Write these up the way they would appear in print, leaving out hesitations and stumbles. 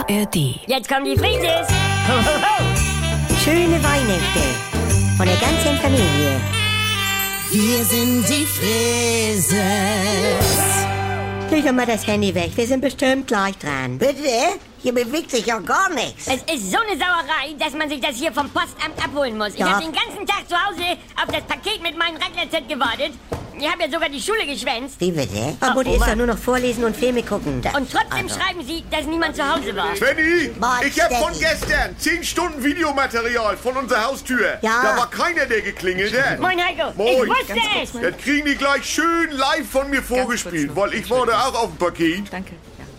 ARD. Jetzt kommen die Frieses. Ho, ho, ho. Schöne Weihnachten von der ganzen Familie. Wir sind die Frieses. Leg doch mal das Handy weg, wir sind bestimmt gleich dran. Bitte? Hier bewegt sich ja gar nichts. Es ist so eine Sauerei, dass man sich das hier vom Postamt abholen muss. Ich Ja. habe den ganzen Tag zu Hause auf das Paket mit meinem Raclette-Set gewartet. Ich habe ja sogar die Schule geschwänzt. Wie bitte? Aber Mutti ist Oma. doch nur noch vorlesen und Filme gucken. Und trotzdem schreiben sie, dass niemand zu Hause war. Svenny, Mann, ich hab von Steffi. gestern 10 Stunden Videomaterial von unserer Haustür. Ja. Da war keiner, der geklingelt hat. Moin Heiko, Moin. ich wusste es. Das kriegen die gleich schön live von mir vorgespielt, weil ich war da auch auf dem Paket. Danke.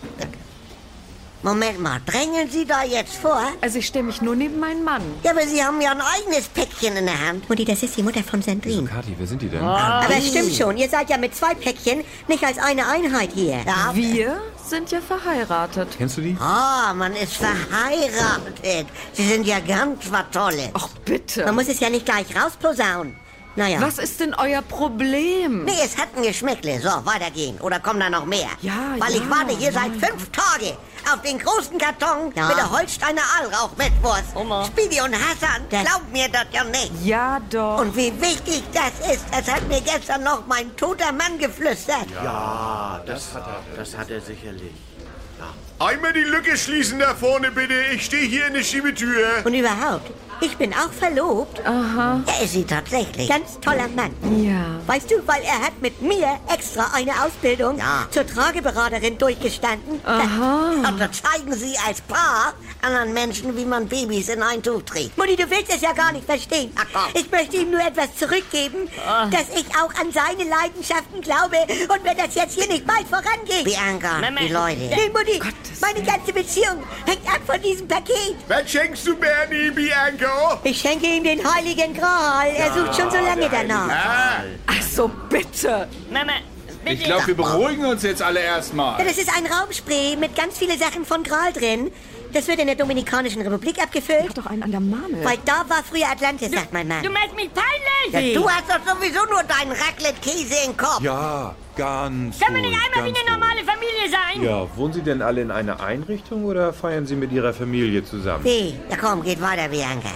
Moment mal, drängeln Sie da jetzt vor? Also ich stelle mich nur neben meinen Mann. Ja, aber Sie haben ja ein eigenes Päckchen in der Hand. Mutti, das ist die Mutter von Sandrine. Kathi, wer sind die denn? Aber es stimmt schon, ihr seid ja mit 2 Päckchen, nicht als eine Einheit hier. Ja. Wir sind ja verheiratet. Kennst du die? Ah, man ist verheiratet. Sie sind ja ganz was Tolles. Ach bitte. Man muss es ja nicht gleich rausposaunen. Naja. Was ist denn euer Problem? Nee, es hat ein Geschmäckle. So, weitergehen. Oder kommen da noch mehr? Ja, Weil ja, ich warte hier seit 5 Tagen auf den großen Karton Ja. mit der Holsteiner Aalrauch-Mettwurst. Oma. Speedy und Hassan, glaubt mir das ja nicht. Ja doch. Und wie wichtig das ist, das hat mir gestern noch mein toter Mann geflüstert. Ja, das hat er sicherlich. Einmal die Lücke schließen da vorne, bitte. Ich stehe hier in der Schiebetür. Und überhaupt, ich bin auch verlobt. Aha. Er ist sie tatsächlich. Ganz toller Mann. Ja. Weißt du, weil er hat mit mir extra eine Ausbildung Ja. zur Trageberaterin durchgestanden. Aha. Und da zeigen sie als Paar anderen Menschen, wie man Babys in ein Tuch trägt. Mutti, du willst es ja gar nicht verstehen. Ach komm. Ich möchte ihm nur etwas zurückgeben, dass ich auch an seine Leidenschaften glaube und wenn das jetzt hier nicht bald vorangeht. Bianca, Mama. die Leute. Nee, Mutti, Gottes meine ganze Beziehung hängt ab von diesem Paket. Was schenkst du Bernie, Bianca? Ich schenke ihm den Heiligen Gral. Er sucht schon so lange danach. Ah, Also bitte. Mama, bitte. Ich glaube, wir beruhigen uns jetzt alle erstmal. Ja, das ist ein Raumspray mit ganz vielen Sachen von Gral drin. Das wird in der Dominikanischen Republik abgefüllt. Mach doch einen an der Marmel. Weil da war früher Atlantis, sagt mein Mann. Du machst mich peinlich. Du hast doch sowieso nur deinen Raclette-Käse im Kopf. Ja, ganz Kann man nicht ruhig, einmal wie ganz eine normale Familie sein? Ja, wohnen Sie denn alle in einer Einrichtung oder feiern Sie mit Ihrer Familie zusammen? Wie? Ja komm, geht weiter, Bianca.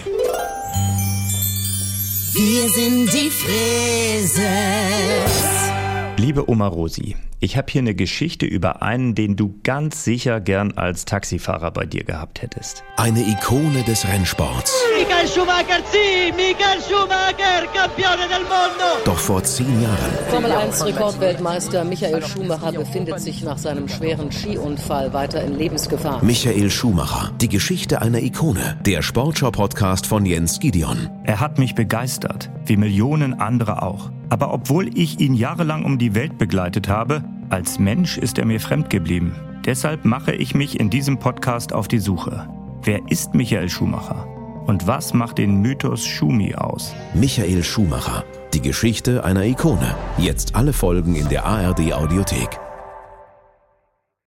Wir sind die Frieses. Liebe Oma Rosi, ich habe hier eine Geschichte über einen, den du ganz sicher gern als Taxifahrer bei dir gehabt hättest. Eine Ikone des Rennsports. Michael Schumacher, sì, Michael Schumacher, campione del mondo. Doch vor 10 Jahren Formel-1-Rekordweltmeister Michael Schumacher befindet sich nach seinem schweren Skiunfall weiter in Lebensgefahr. Michael Schumacher, die Geschichte einer Ikone. Der Sportschau-Podcast von Jens Gideon. Er hat mich begeistert, wie Millionen andere auch. Aber obwohl ich ihn jahrelang um die Welt begleitet habe, als Mensch ist er mir fremd geblieben. Deshalb mache ich mich in diesem Podcast auf die Suche. Wer ist Michael Schumacher? Und was macht den Mythos Schumi aus? Michael Schumacher, die Geschichte einer Ikone. Jetzt alle Folgen in der ARD Audiothek.